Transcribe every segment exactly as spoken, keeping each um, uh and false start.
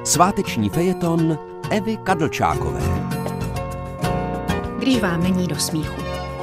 Sváteční fejeton Evy Kadlčákové. Když vám není do smíchu.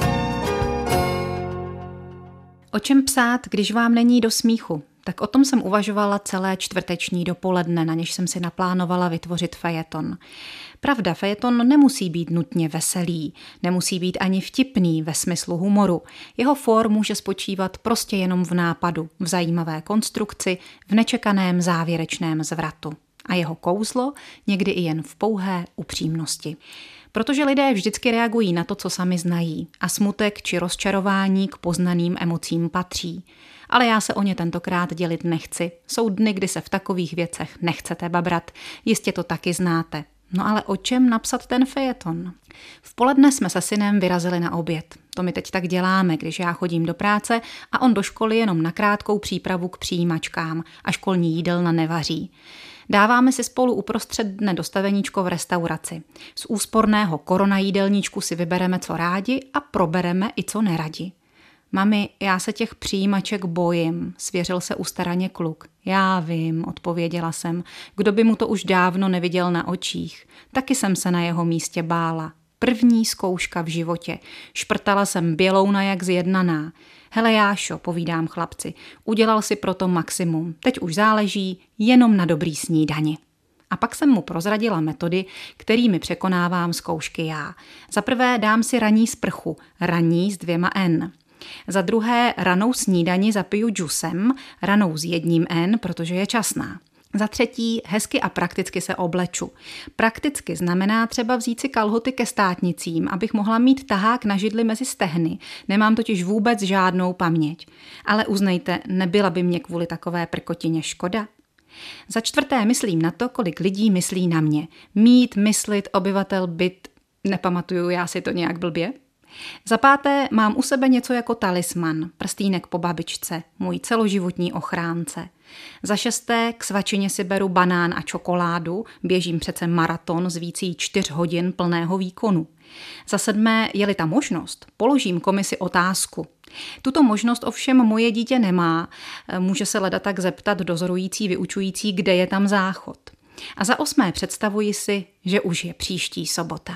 O čem psát, když vám není do smíchu? Tak o tom jsem uvažovala celé čtvrteční dopoledne, na něž jsem si naplánovala vytvořit fejeton. Pravda, fejeton nemusí být nutně veselý, nemusí být ani vtipný ve smyslu humoru. Jeho for může spočívat prostě jenom v nápadu, v zajímavé konstrukci, v nečekaném závěrečném zvratu. A jeho kouzlo někdy i jen v pouhé upřímnosti. Protože lidé vždycky reagují na to, co sami znají, a smutek či rozčarování k poznaným emocím patří. Ale já se o ně tentokrát dělit nechci. Jsou dny, kdy se v takových věcech nechcete babrat, jistě to taky znáte. No ale o čem napsat ten fejeton? V poledne jsme se synem vyrazili na oběd. To my teď tak děláme, když já chodím do práce a on do školy jenom na krátkou přípravu k přijímačkám a školní jídelna nevaří. Dáváme si spolu uprostřed dne dostaveníčko v restauraci. Z úsporného koronajídelníčku si vybereme, co rádi, a probereme i co neradi. Mami, já se těch přijímaček bojím, svěřil se ustaraně kluk. Já vím, odpověděla jsem, kdo by mu to už dávno neviděl na očích. Taky jsem se na jeho místě bála. První zkouška v životě. Šprtala jsem bělouna jak zjednaná. Hele Jášo, povídám chlapci, udělal si proto maximum. Teď už záleží jenom na dobrý snídani. A pak jsem mu prozradila metody, kterými překonávám zkoušky já. Za prvé dám si ranní sprchu, ranní s dvěma N. Za druhé ranou snídani zapiju džusem, ranou s jedním N, protože je časná. Za třetí hezky a prakticky se obleču. Prakticky znamená třeba vzít si kalhoty ke státnicím, abych mohla mít tahák na židli mezi stehny. Nemám totiž vůbec žádnou paměť. Ale uznejte, nebyla by mě kvůli takové prkotině škoda. Za čtvrté myslím na to, kolik lidí myslí na mě. Mít, myslit, obyvatel, byt, nepamatuju já si to nějak blbě. Za páté mám u sebe něco jako talisman, prstýnek po babičce, můj celoživotní ochránce. Za šesté k svačině si beru banán a čokoládu, běžím přece maraton z vící čtyř hodin plného výkonu. Za sedmé, je-li ta možnost, položím komisi otázku. Tuto možnost ovšem moje dítě nemá, může se leda tak zeptat dozorující vyučující, kde je tam záchod. A za osmé představuji si, že už je příští sobota.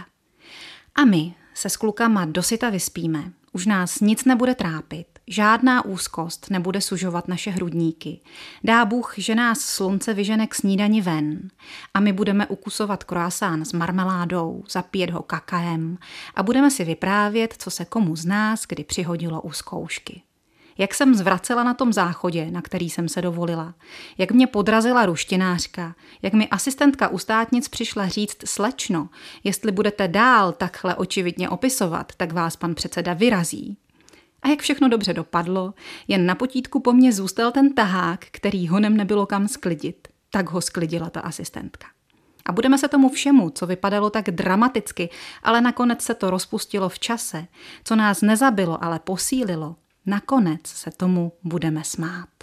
A my se s klukama dosyta vyspíme, už nás nic nebude trápit, žádná úzkost nebude sužovat naše hrudníky. Dá Bůh, že nás slunce vyžene k snídani ven a my budeme ukusovat croissant s marmeládou, zapít ho kakaem a budeme si vyprávět, co se komu z nás kdy přihodilo u zkoušky. Jak jsem zvracela na tom záchodě, na který jsem se dovolila, jak mě podrazila ruštinářka, jak mi asistentka u státnic přišla říct slečno, jestli budete dál takhle očividně opisovat, tak vás pan předseda vyrazí. A jak všechno dobře dopadlo, jen na potítku po mně zůstal ten tahák, který honem nebylo kam sklidit. Tak ho sklidila ta asistentka. A budeme se tomu všemu, co vypadalo tak dramaticky, ale nakonec se to rozpustilo v čase, co nás nezabilo, ale posílilo, nakonec se tomu budeme smát.